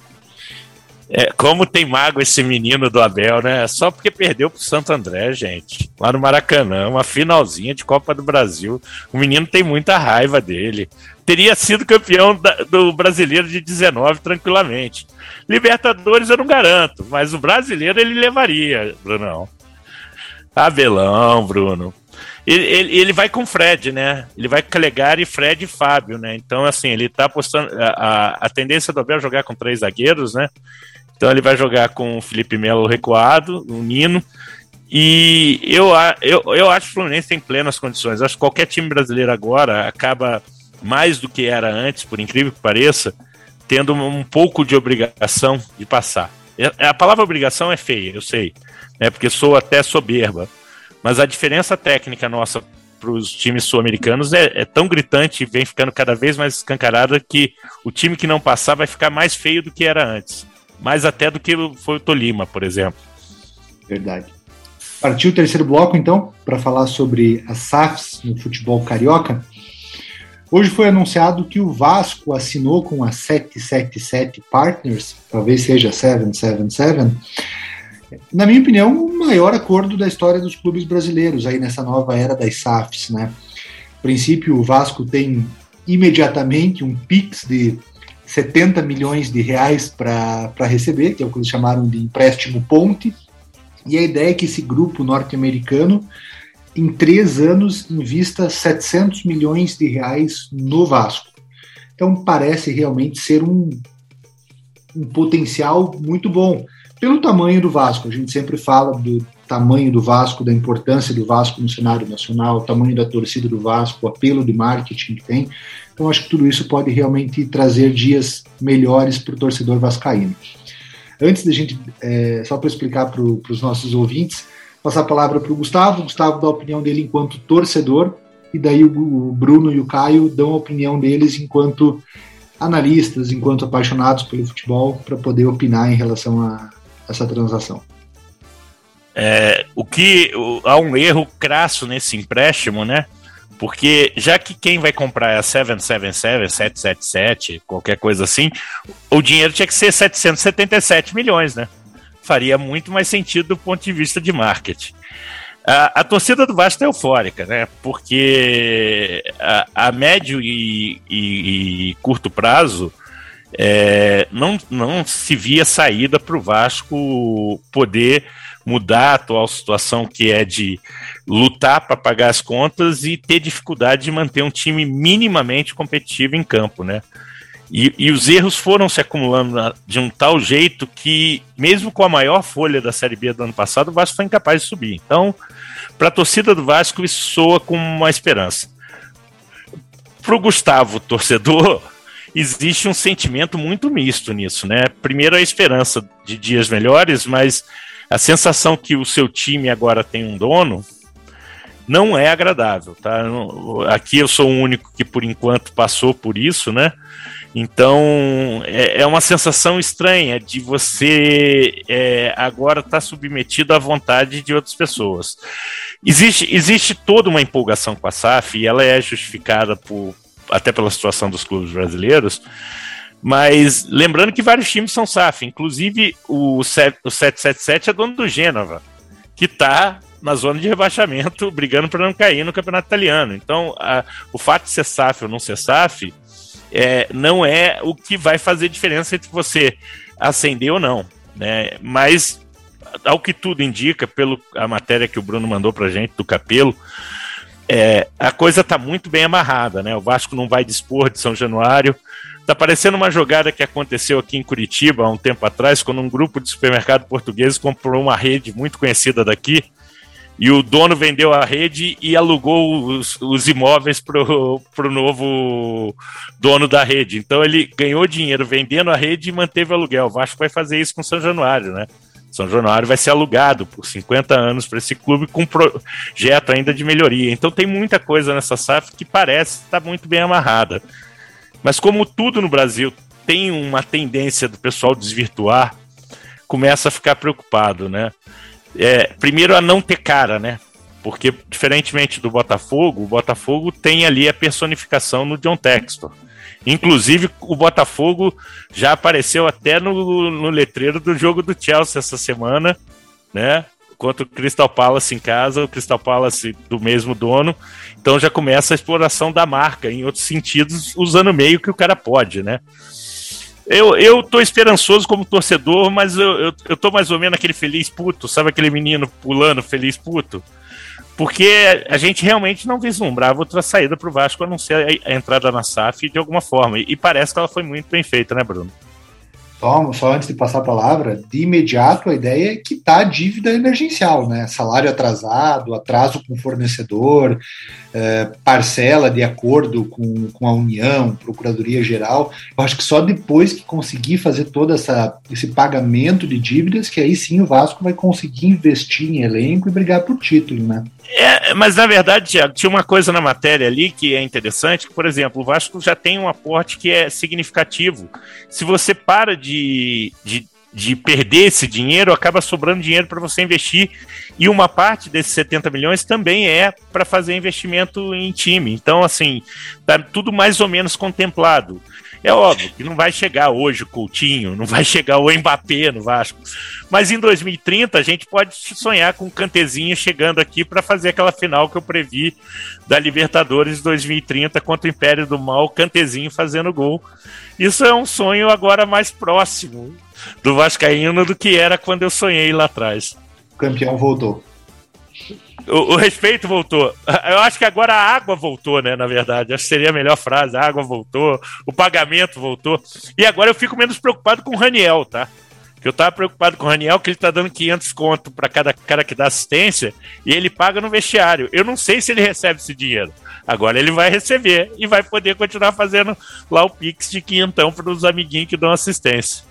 Como tem mago esse menino do Abel, né? Só porque perdeu pro Santo André, gente. Lá no Maracanã, uma finalzinha de Copa do Brasil. O menino tem muita raiva dele. Teria sido campeão do Brasileiro de 19 tranquilamente. Libertadores eu não garanto, mas o Brasileiro ele levaria, Brunão. Abelão, Bruno. Ele vai com o Fred, né? Ele vai com Calegari, Fred e Fábio, né? Então, assim, ele tá apostando... A tendência do Abel é jogar com 3 zagueiros, né? Então ele vai jogar com o Felipe Melo recuado, o Nino. E eu acho que o Fluminense tem plenas condições. Acho que qualquer time brasileiro agora acaba, mais do que era antes, por incrível que pareça, tendo um pouco de obrigação de passar. A palavra obrigação é feia, eu sei, né? Porque sou até soberba. Mas a diferença técnica nossa para os times sul-americanos é tão gritante e vem ficando cada vez mais escancarada que o time que não passar vai ficar mais feio do que era antes. Mais até do que foi o Tolima, por exemplo. Verdade. Partiu o terceiro bloco, então, para falar sobre as SAFs no futebol carioca. Hoje foi anunciado que o Vasco assinou com a 777 Partners, talvez seja 777, na minha opinião, o maior acordo da história dos clubes brasileiros, aí nessa nova era das SAFs, né? A princípio, o Vasco tem imediatamente um Pix de 70 milhões de reais para receber, que é o que eles chamaram de empréstimo ponte, e a ideia é que esse grupo norte-americano, em 3 anos, invista 700 milhões de reais no Vasco. Então, parece realmente ser um potencial muito bom. Pelo tamanho do Vasco, a gente sempre fala do tamanho do Vasco, da importância do Vasco no cenário nacional, o tamanho da torcida do Vasco, o apelo de marketing que tem. Então acho que tudo isso pode realmente trazer dias melhores para o torcedor vascaíno. Antes da gente, só para explicar para os nossos ouvintes, passar a palavra para o Gustavo dá a opinião dele enquanto torcedor, e daí o Bruno e o Caio dão a opinião deles enquanto analistas, enquanto apaixonados pelo futebol, para poder opinar em relação a essa transação. Há um erro crasso nesse empréstimo, né? Porque já que quem vai comprar é a 777, 777, qualquer coisa assim, o dinheiro tinha que ser 777 milhões, né? Faria muito mais sentido do ponto de vista de marketing. A torcida do Vasco é eufórica, né? Porque a médio e curto prazo não se via saída para o Vasco poder mudar a atual situação, que é de lutar para pagar as contas e ter dificuldade de manter um time minimamente competitivo em campo, né? E os erros foram se acumulando de um tal jeito que, mesmo com a maior folha da Série B do ano passado, o Vasco foi incapaz de subir. Então, para a torcida do Vasco, isso soa como uma esperança. Para o Gustavo, torcedor, existe um sentimento muito misto nisso, né? Primeiro, a esperança de dias melhores, mas a sensação que o seu time agora tem um dono não é agradável, tá? Aqui eu sou o único que, por enquanto, passou por isso, né? Então, é uma sensação estranha de você agora estar submetido à vontade de outras pessoas. Existe toda uma empolgação com a SAF, e ela é justificada até pela situação dos clubes brasileiros, mas lembrando que vários times são SAF, inclusive o 777 é dono do Gênova, que está na zona de rebaixamento, brigando para não cair no campeonato italiano. Então, o fato de ser SAF ou não ser SAF não é o que vai fazer diferença entre você ascender ou não, né? Mas, ao que tudo indica, pela matéria que o Bruno mandou para a gente, do Capello, a coisa está muito bem amarrada, né? O Vasco não vai dispor de São Januário. Está parecendo uma jogada que aconteceu aqui em Curitiba há um tempo atrás, quando um grupo de supermercado português comprou uma rede muito conhecida daqui, e o dono vendeu a rede e alugou os imóveis para o novo dono da rede. Então ele ganhou dinheiro vendendo a rede e manteve o aluguel. O Vasco vai fazer isso com São Januário, né? São Januário vai ser alugado por 50 anos para esse clube com projeto ainda de melhoria. Então tem muita coisa nessa SAF que parece estar muito bem amarrada. Mas como tudo no Brasil tem uma tendência do pessoal desvirtuar, começa a ficar preocupado, né? Primeiro, a não ter cara, né? Porque, diferentemente do Botafogo, o Botafogo tem ali a personificação no John Textor. Inclusive, o Botafogo já apareceu até no letreiro do jogo do Chelsea essa semana, né? Contra o Crystal Palace em casa, o Crystal Palace do mesmo dono. Então já começa a exploração da marca, em outros sentidos, usando meio que o cara pode, né? Eu tô esperançoso como torcedor, mas eu tô mais ou menos aquele feliz puto, sabe aquele menino pulando feliz puto? Porque a gente realmente não vislumbrava outra saída pro Vasco, a não ser a entrada na SAF de alguma forma. E parece que ela foi muito bem feita, né, Bruno? Só antes de passar a palavra, de imediato a ideia é quitar a dívida emergencial, né? Salário atrasado, atraso com o fornecedor, parcela de acordo com a União, Procuradoria Geral. Eu acho que só depois que conseguir fazer todo esse pagamento de dívidas, que aí sim o Vasco vai conseguir investir em elenco e brigar por título, né? Mas na verdade, Thiago, tinha uma coisa na matéria ali que é interessante, que, por exemplo, o Vasco já tem um aporte que é significativo. Se você para de perder esse dinheiro, acaba sobrando dinheiro para você investir, e uma parte desses 70 milhões também é para fazer investimento em time. Então, assim, tá tudo mais ou menos contemplado. É óbvio que não vai chegar hoje o Coutinho, não vai chegar o Mbappé no Vasco, mas em 2030 a gente pode sonhar com o Kantezinho chegando aqui para fazer aquela final que eu previ da Libertadores 2030 contra o Império do Mal, o Kantezinho fazendo gol. Isso é um sonho agora mais próximo do vascaíno do que era quando eu sonhei lá atrás. O campeão voltou. O respeito voltou. Eu acho que agora a água voltou, né, na verdade. Acho que seria a melhor frase. A água voltou, o pagamento voltou. E agora eu fico menos preocupado com o Raniel, tá? Que eu tava preocupado com o Raniel, que ele tá dando 500 conto para cada cara que dá assistência e ele paga no vestiário. Eu não sei se ele recebe esse dinheiro. Agora ele vai receber e vai poder continuar fazendo lá o Pix de quinhentão para os amiguinhos que dão assistência.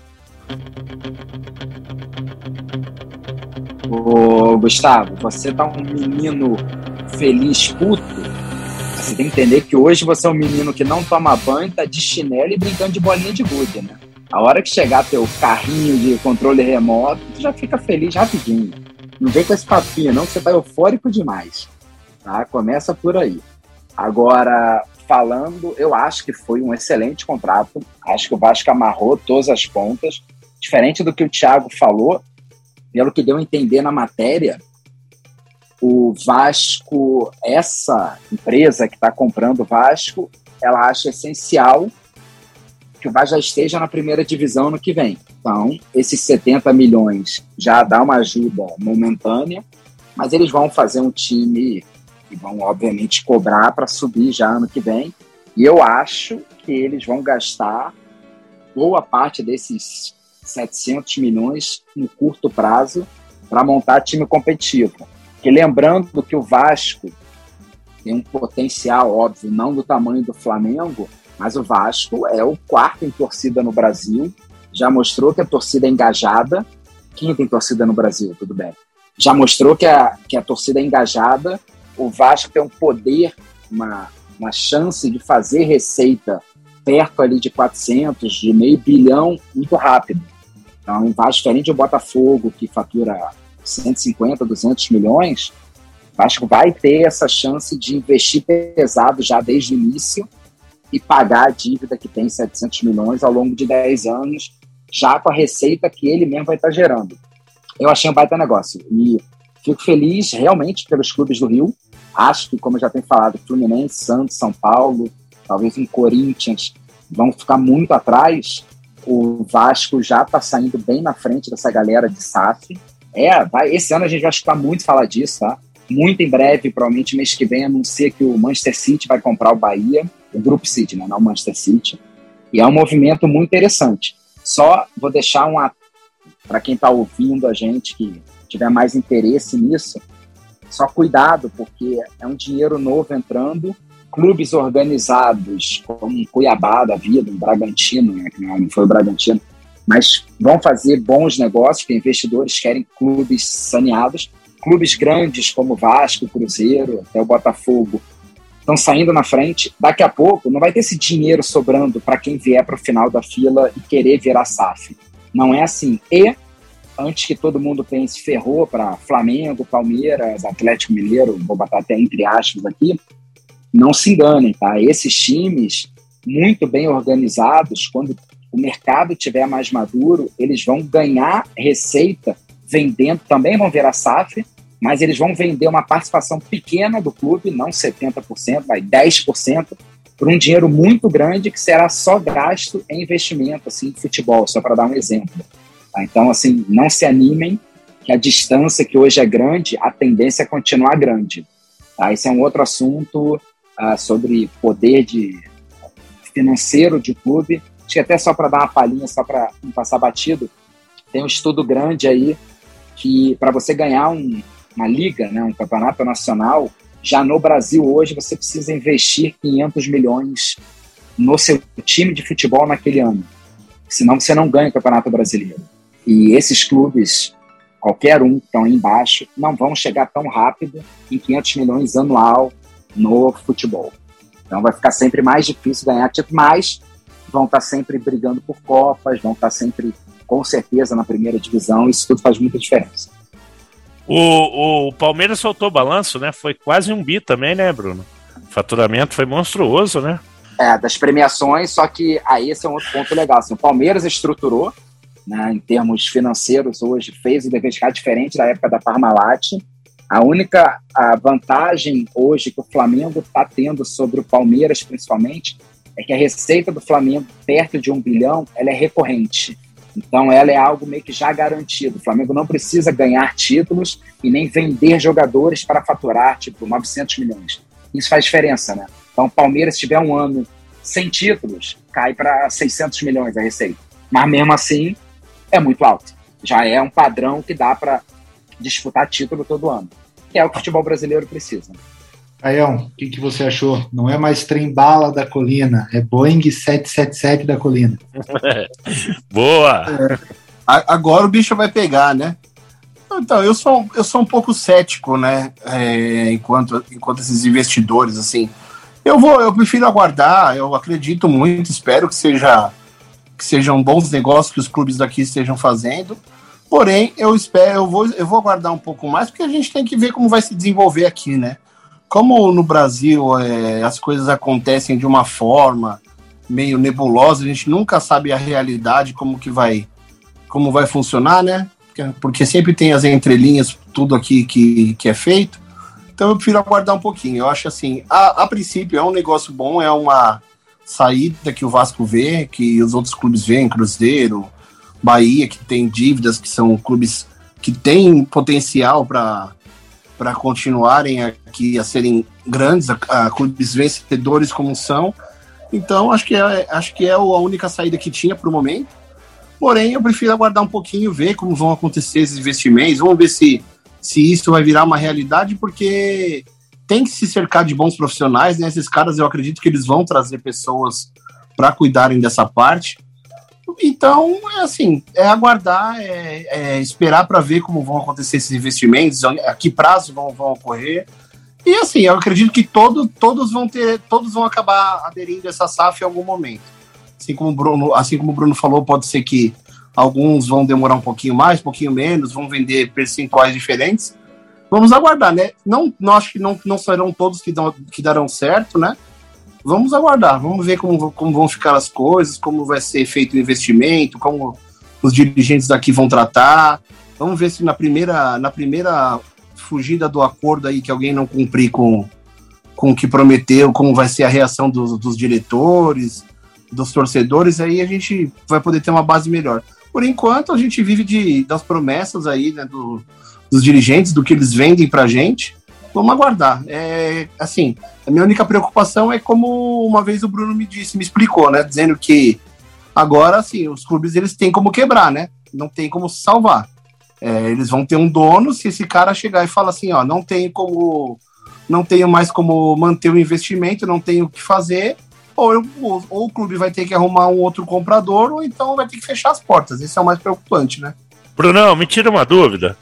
Ô, Gustavo, você tá um menino feliz puto. Você tem que entender que hoje você é um menino que não toma banho, tá de chinelo e brincando de bolinha de gude, né? A hora que chegar teu carrinho de controle remoto, tu já fica feliz rapidinho. Não vem com esse papinho, não, que você tá eufórico demais. Tá? Começa por aí. Agora, falando, eu acho que foi um excelente contrato. Acho que o Vasco amarrou todas as pontas. Diferente do que o Thiago falou, pelo que deu a entender na matéria, o Vasco, essa empresa que está comprando o Vasco, ela acha essencial que o Vasco já esteja na primeira divisão no que vem. Então, esses 70 milhões já dá uma ajuda momentânea, mas eles vão fazer um time e vão, obviamente, cobrar para subir já ano que vem. E eu acho que eles vão gastar boa parte desses 700 milhões no curto prazo para montar time competitivo. Porque lembrando que o Vasco tem um potencial, óbvio, não do tamanho do Flamengo, mas o Vasco é o quarto em torcida no Brasil, já mostrou que a torcida é engajada, quinta em torcida no Brasil, tudo bem. Já mostrou que a torcida é engajada, o Vasco tem um poder, uma chance de fazer receita perto ali de 400, de meio bilhão, muito rápido. Então, diferente do Botafogo, que fatura 150, 200 milhões, o Vasco vai ter essa chance de investir pesado já desde o início e pagar a dívida que tem 700 milhões ao longo de 10 anos, já com a receita que ele mesmo vai estar gerando. Eu achei um baita negócio e fico feliz realmente pelos clubes do Rio. Acho que, como eu já tenho falado, Fluminense, Santos, São Paulo, talvez um Corinthians, vão ficar muito atrás. O Vasco já está saindo bem na frente dessa galera de SAF. Esse ano a gente vai escutar muito falar disso, tá? Muito em breve, provavelmente mês que vem, anuncia que o Manchester City vai comprar o Bahia, o Grupo City, né? Não o Manchester City. E é um movimento muito interessante. Só vou deixar para quem está ouvindo a gente, que tiver mais interesse nisso, só cuidado, porque é um dinheiro novo entrando, clubes organizados, como um Cuiabá da vida, um Bragantino, né, que não foi o Bragantino, mas vão fazer bons negócios, que investidores querem clubes saneados, clubes grandes como Vasco, Cruzeiro, até o Botafogo, estão saindo na frente. Daqui a pouco não vai ter esse dinheiro sobrando para quem vier para o final da fila e querer virar SAF. Não é assim. E, antes que todo mundo pense, ferrou para Flamengo, Palmeiras, Atlético Mineiro, vou botar até entre aspas aqui, não se enganem, tá? Esses times muito bem organizados, quando o mercado estiver mais maduro, eles vão ganhar receita vendendo, também vão virar SAF, mas eles vão vender uma participação pequena do clube, não 70%, vai 10%, por um dinheiro muito grande que será só gasto em investimento, assim, em futebol, só para dar um exemplo. Tá? Então, assim, não se animem, que a distância que hoje é grande, a tendência é continuar grande. Tá? Esse é um outro assunto sobre poder financeiro de clube. Acho que até só para dar uma palhinha, só para não passar batido, tem um estudo grande aí que para você ganhar uma liga, né, um campeonato nacional, já no Brasil hoje você precisa investir 500 milhões no seu time de futebol naquele ano. Senão você não ganha o Campeonato Brasileiro. E esses clubes, qualquer um que estão aí embaixo, não vão chegar tão rápido em 500 milhões anual no futebol. Então vai ficar sempre mais difícil ganhar título, mas vão estar sempre brigando por Copas, vão estar sempre, com certeza, na primeira divisão. Isso tudo faz muita diferença. O Palmeiras soltou balanço, né? Foi quase 1 bi também, né, Bruno? O faturamento foi monstruoso, né? Das premiações, só que aí esse é um outro ponto legal. Assim, o Palmeiras estruturou, né, em termos financeiros, hoje fez o dever de casa diferente da época da Parmalat. A única vantagem hoje que o Flamengo está tendo sobre o Palmeiras, principalmente, é que a receita do Flamengo, perto de 1 bilhão, ela é recorrente. Então, ela é algo meio que já garantido. O Flamengo não precisa ganhar títulos e nem vender jogadores para faturar, tipo, 900 milhões. Isso faz diferença, né? Então, o Palmeiras, se tiver um ano sem títulos, cai para 600 milhões a receita. Mas, mesmo assim, é muito alto. Já é um padrão que dá para disputar título todo ano, que é o que o futebol brasileiro precisa. Caião, o que você achou? Não é mais trem-bala da colina, é Boeing 777 da colina. Boa! Agora o bicho vai pegar, né? Então, eu sou um pouco cético, né? Enquanto esses investidores, assim. Eu prefiro aguardar, eu acredito muito, espero que sejam bons negócios que os clubes daqui estejam fazendo. Porém, eu vou aguardar um pouco mais, porque a gente tem que ver como vai se desenvolver aqui, né? Como no Brasil as coisas acontecem de uma forma meio nebulosa, a gente nunca sabe a realidade, como vai funcionar, né? Porque sempre tem as entrelinhas, tudo aqui que é feito. Então eu prefiro aguardar um pouquinho. Eu acho assim, a princípio é um negócio bom, é uma saída que o Vasco vê, que os outros clubes veem, Cruzeiro, Bahia, que tem dívidas, que são clubes que têm potencial para continuarem aqui a serem grandes, a clubes vencedores como são. Então acho que é a única saída que tinha para o momento. Porém, eu prefiro aguardar um pouquinho, ver como vão acontecer esses investimentos, vamos ver se isso vai virar uma realidade, porque tem que se cercar de bons profissionais, né? Esses caras, eu acredito que eles vão trazer pessoas para cuidarem dessa parte. Então, é aguardar, esperar para ver como vão acontecer esses investimentos, a que prazo vão ocorrer. E assim, eu acredito que todos vão acabar aderindo a essa SAF em algum momento. Assim como o Bruno falou, pode ser que alguns vão demorar um pouquinho mais, um pouquinho menos, vão vender percentuais diferentes. Vamos aguardar, né? Não acho que não serão todos que darão certo, né? Vamos aguardar, vamos ver como vão ficar as coisas, como vai ser feito o investimento, como os dirigentes daqui vão tratar. Vamos ver se na primeira fugida do acordo aí que alguém não cumprir com o que prometeu, como vai ser a reação dos diretores, dos torcedores, aí a gente vai poder ter uma base melhor. Por enquanto, a gente vive das promessas aí, né, dos dirigentes, do que eles vendem pra gente. Vamos aguardar. Assim, a minha única preocupação é como uma vez o Bruno me explicou, né, dizendo que agora, assim, os clubes eles têm como quebrar, né, não tem como se salvar. Eles vão ter um dono, se esse cara chegar e falar assim, ó, não tenho mais como manter o investimento, não tenho o que fazer, ou o clube vai ter que arrumar um outro comprador, ou então vai ter que fechar as portas. Isso é o mais preocupante, né? Brunão, me tira uma dúvida.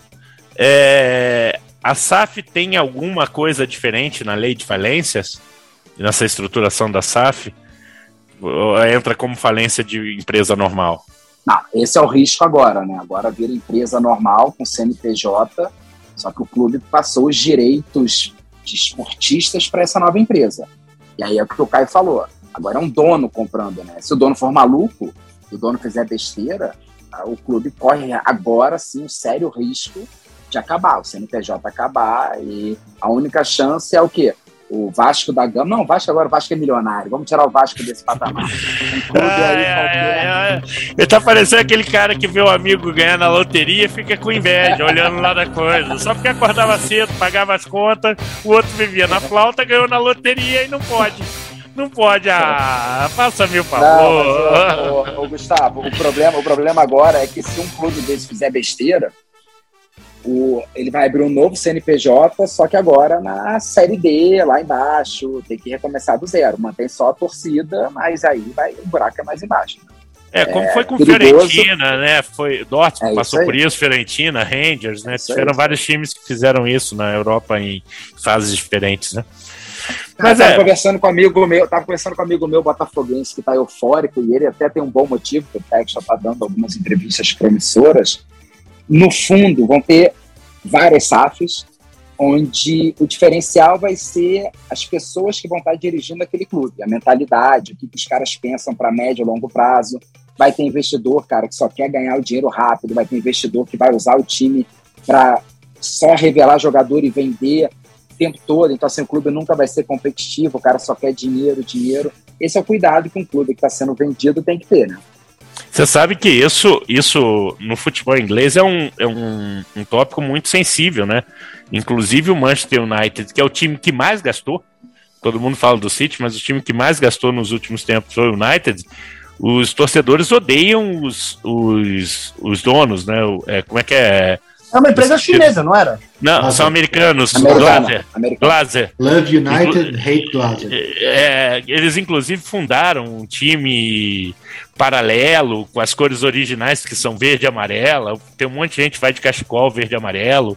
A SAF tem alguma coisa diferente na lei de falências? Nessa estruturação da SAF? Ou entra como falência de empresa normal? Não, esse é o risco agora, né? Agora vira empresa normal com CNPJ, só que o clube passou os direitos de esportistas para essa nova empresa. E aí é o que o Caio falou. Agora é um dono comprando, né? Se o dono for maluco, se o dono fizer besteira, o clube corre agora sim um sério risco de acabar, o CNPJ acabar, e a única chance é o quê? O Vasco da Gama. Não, o Vasco é milionário. Vamos tirar o Vasco desse patamar. Ele tá parecendo aquele cara que vê o amigo ganhar na loteria e fica com inveja, olhando lá da coisa. Só porque acordava cedo, pagava as contas, o outro vivia na flauta, ganhou na loteria e não pode. Não pode, faça-me o favor. Não, mas, Gustavo, o problema agora é que se um clube desse fizer besteira, ele vai abrir um novo CNPJ, só que agora na Série D, lá embaixo, tem que recomeçar do zero. Mantém só a torcida, mas aí o buraco é mais embaixo. Como foi com Fiorentina, né? Dortmund passou por isso, Fiorentina, Rangers, né? Tiveram vários times que fizeram isso na Europa em fases diferentes, né? Mas eu tava conversando com um amigo meu botafoguense que tá eufórico, e ele até tem um bom motivo, porque o Texas tá dando algumas entrevistas promissoras. No fundo, vão ter várias SAFs, onde o diferencial vai ser as pessoas que vão estar dirigindo aquele clube, a mentalidade, o que os caras pensam para médio e longo prazo. Vai ter investidor, cara, que só quer ganhar o dinheiro rápido, vai ter investidor que vai usar o time para só revelar jogador e vender o tempo todo. Então, assim, o clube nunca vai ser competitivo, o cara só quer dinheiro. Esse é o cuidado que um clube que está sendo vendido tem que ter, né? Você sabe que isso no futebol inglês é um tópico muito sensível, né? Inclusive o Manchester United, que é o time que mais gastou, todo mundo fala do City, mas o time que mais gastou nos últimos tempos foi o United. Os torcedores odeiam os donos, né? Como é que é? É uma empresa chinesa, não era? Não, são americanos. Glazer. Love United, hate Glazer. Eles, inclusive, fundaram um time paralelo com as cores originais, que são verde e amarela. Tem um monte de gente que vai de cachecol verde e amarelo.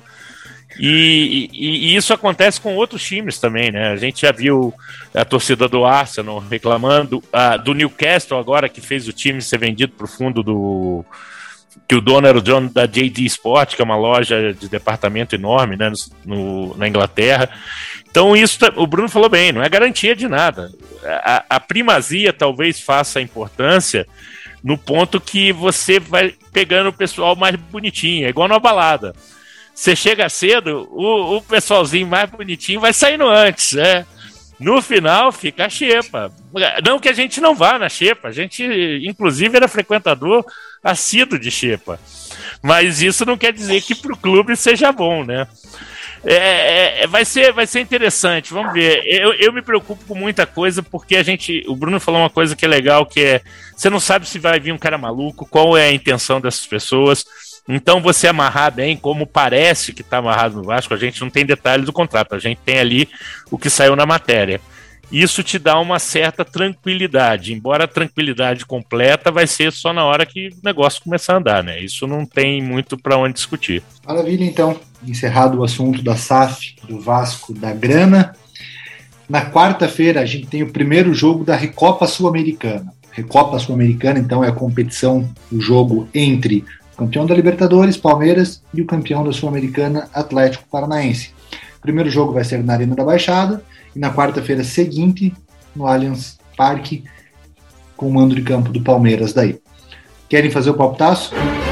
E isso acontece com outros times também, né? A gente já viu a torcida do Arsenal reclamando, do Newcastle agora, que fez o time ser vendido para o fundo que o dono era o dono da JD Sport, que é uma loja de departamento enorme, né, na Inglaterra. Então isso, o Bruno falou bem, não é garantia de nada. A primazia talvez faça a importância no ponto que você vai pegando o pessoal mais bonitinho, é igual numa balada. Você chega cedo, o pessoalzinho mais bonitinho vai saindo antes, né? No final fica a xepa. Não que a gente não vá na xepa, a gente inclusive era frequentador assíduo de xepa. Mas isso não quer dizer que para o clube seja bom, né? Vai ser interessante, vamos ver. Eu me preocupo com muita coisa, porque o Bruno falou uma coisa que é legal, que é, você não sabe se vai vir um cara maluco, qual é a intenção dessas pessoas. Então você amarrar bem, como parece que está amarrado no Vasco, a gente não tem detalhes do contrato, a gente tem ali o que saiu na matéria. Isso te dá uma certa tranquilidade, embora a tranquilidade completa vai ser só na hora que o negócio começar a andar, né? Isso não tem muito para onde discutir. Maravilha, então. encerrado o assunto da SAF, do Vasco, da grana. Na quarta-feira, a gente tem o primeiro jogo da Recopa Sul-Americana. Recopa Sul-Americana, então, é a competição, o jogo entre o campeão da Libertadores, Palmeiras, e o campeão da Sul-Americana, Atlético Paranaense. O primeiro jogo vai ser na Arena da Baixada, e na quarta-feira seguinte, no Allianz Parque, com o mando de campo do Palmeiras daí. Querem fazer o palpitaço?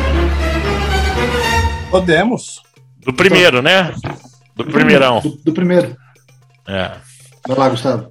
Podemos. Do primeiro, né? Do primeirão. Do primeiro. É. Vai lá, Gustavo.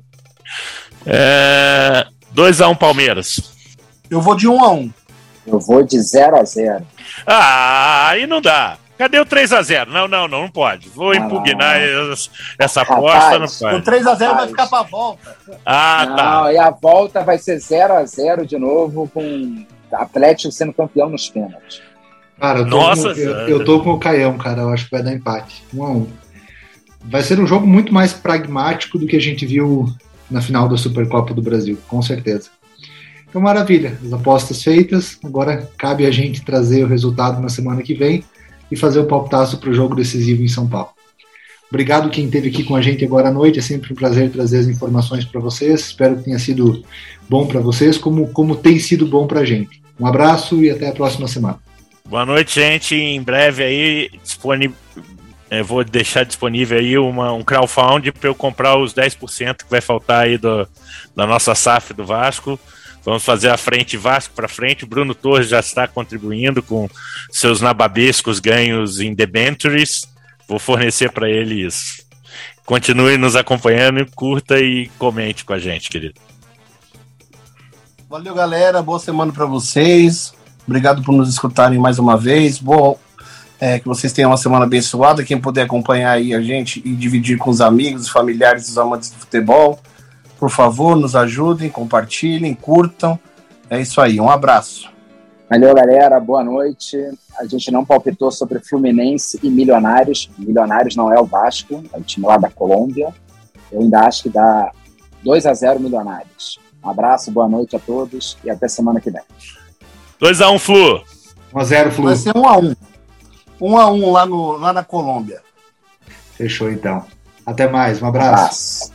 2-1 Palmeiras. Eu vou de 1-1. Eu vou de 0-0. Aí não dá. Cadê o 3-0? Não pode. Vou impugnar essa aposta. Não pode. O 3-0 vai ficar pra volta. Tá. E a volta vai ser 0-0 de novo, com o Atlético sendo campeão nos pênaltis. Cara, eu tô com o Caião, cara. Eu acho que vai dar empate. 1-1. Vai ser um jogo muito mais pragmático do que a gente viu na final da Supercopa do Brasil, com certeza. Então, maravilha. As apostas feitas. Agora cabe a gente trazer o resultado na semana que vem e fazer o palpitaço para o jogo decisivo em São Paulo. Obrigado quem esteve aqui com a gente agora à noite. É sempre um prazer trazer as informações para vocês. Espero que tenha sido bom para vocês, como tem sido bom para a gente. Um abraço e até a próxima semana. Boa noite, gente. Em breve aí, vou deixar disponível aí um crowdfund para eu comprar os 10% que vai faltar aí da nossa SAF do Vasco. Vamos fazer a frente Vasco para frente. O Bruno Torres já está contribuindo com seus nababescos ganhos em debentures. Vou fornecer para ele isso. Continue nos acompanhando, curta e comente com a gente, querido. Valeu, galera. Boa semana para vocês. Obrigado por nos escutarem mais uma vez. Bom, que vocês tenham uma semana abençoada. Quem puder acompanhar aí a gente e dividir com os amigos, os familiares, os amantes do futebol, por favor, nos ajudem, compartilhem, curtam. É isso aí, um abraço. Valeu, galera, boa noite. A gente não palpitou sobre Fluminense e Milionários. Milionários não é o Vasco, é o time lá da Colômbia. Eu ainda acho que dá 2-0 Milionários. Um abraço, boa noite a todos e até semana que vem. 2-1 Flu. 1-0 Flu. Vai ser 1-1. 1-1 lá na Colômbia. Fechou então. Até mais, um abraço.